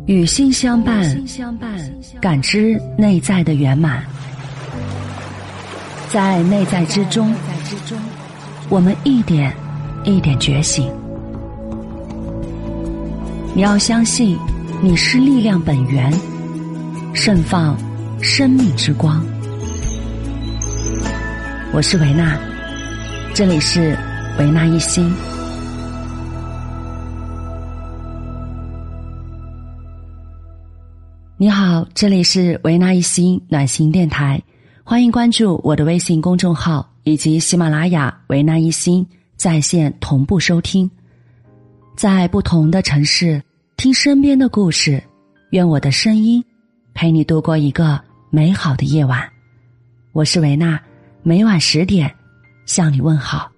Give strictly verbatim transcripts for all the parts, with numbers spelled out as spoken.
与心相伴，感知内在的圆满。在内在之中，我们一点一点觉醒。你要相信，你是力量本源，盛放生命之光。我是维娜，这里是维娜一心。你好，这里是维娜一心暖心电台，欢迎关注我的微信公众号以及喜马拉雅维娜一心在线同步收听。在不同的城市听身边的故事，愿我的声音陪你度过一个美好的夜晚。我是维娜，每晚十点向你问好。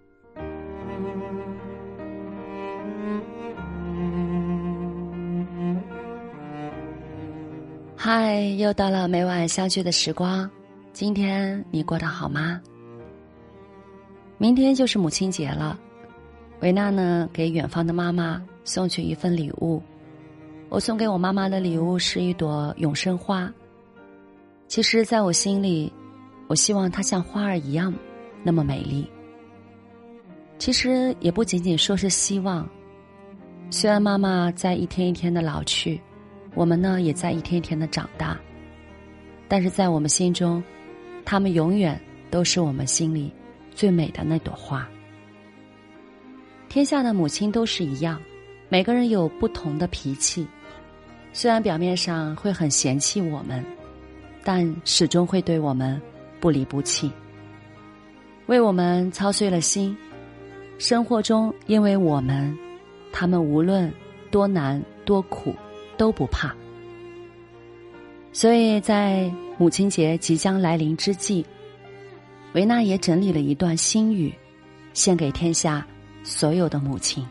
嗨，又到了每晚相聚的时光，今天你过得好吗？明天就是母亲节了，维娜呢给远方的妈妈送去一份礼物。我送给我妈妈的礼物是一朵永生花。其实在我心里，我希望它像花儿一样那么美丽。其实也不仅仅说是希望，虽然妈妈在一天一天的老去，我们呢也在一天一天的长大，但是在我们心中，她们永远都是我们心里最美的那朵花。天下的母亲都是一样，每个人有不同的脾气，虽然表面上会很嫌弃我们，但始终会对我们不离不弃，为我们操碎了心。生活中因为我们，他们无论多难多苦都不怕。所以在母亲节即将来临之际，维娜也整理了一段心语，献给天下所有的母亲。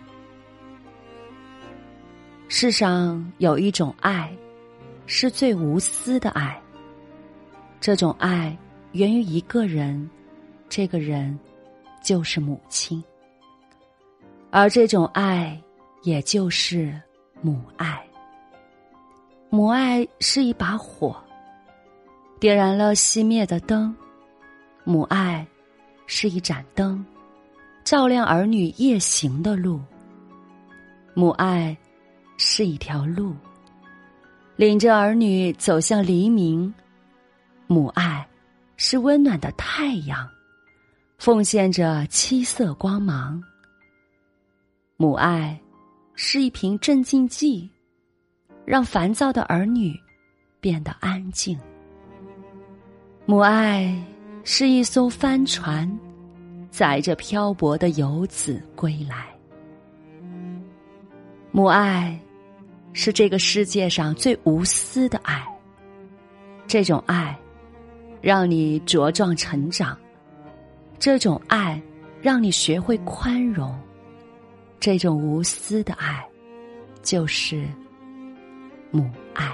世上有一种爱，是最无私的爱。这种爱源于一个人，这个人就是母亲。而这种爱也就是母爱。母爱是一把火，点燃了熄灭的灯。母爱是一盏灯，照亮儿女夜行的路。母爱是一条路，领着儿女走向黎明。母爱是温暖的太阳，奉献着七色光芒。母爱是一瓶镇静剂，让烦躁的儿女变得安静。母爱是一艘帆船，载着漂泊的游子归来。母爱是这个世界上最无私的爱，这种爱让你茁壮成长，这种爱让你学会宽容，这种无私的爱就是母爱。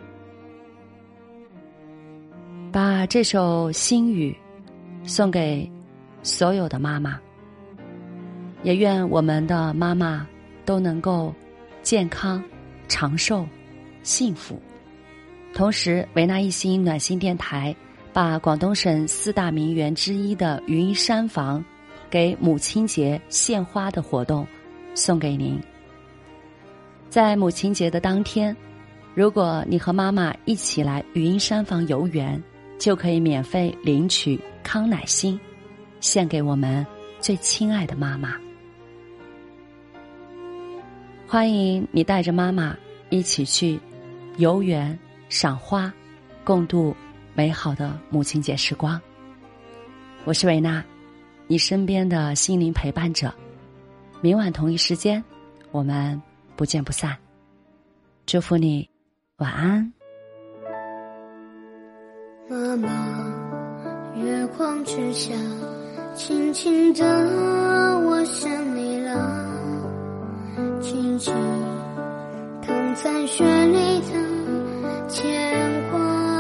把这首心语送给所有的妈妈，也愿我们的妈妈都能够健康、长寿、幸福。同时，维娜一心暖心电台把广东省四大名园之一的云山房给母亲节献花的活动送给您。在母亲节的当天，如果你和妈妈一起来云山房游园，就可以免费领取康乃馨，献给我们最亲爱的妈妈。欢迎你带着妈妈一起去游园、赏花，共度美好的母亲节时光。我是维娜，你身边的心灵陪伴者。明晚同一时间，我们不见不散。祝福你晚安。 妈妈，月光之下，轻轻地我想你了，轻轻躺在雪里的牵挂。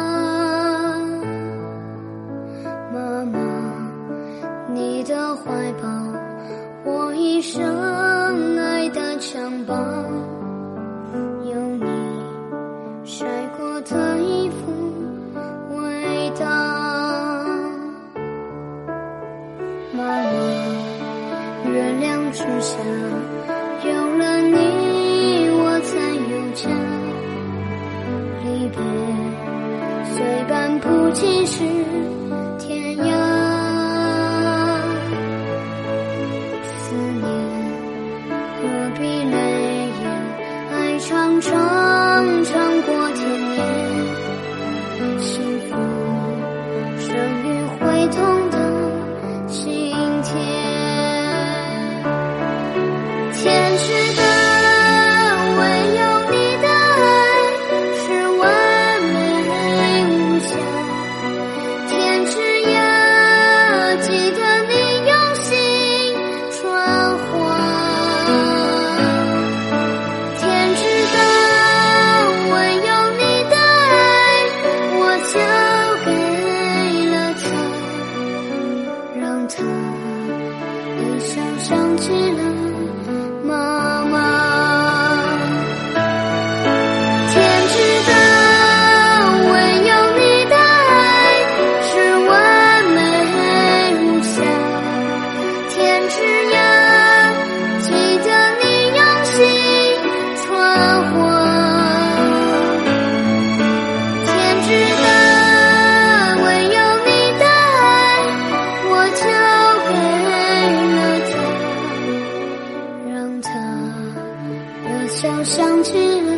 妈妈，你的怀抱，我一生爱的襁褓，有你其是天涯。思念何必泪眼，爱长长长过天年。幸福生于会痛的心田。天知道唯有你的爱是完美无瑕，天知呀记得你用心传话，天知道唯有你的爱我交给了他，让他一生想起了妈妈。天知道唯有你的爱是完美无瑕，天知呀记得你用心传话，天知道唯有你的爱我交给了他，让他的笑想起了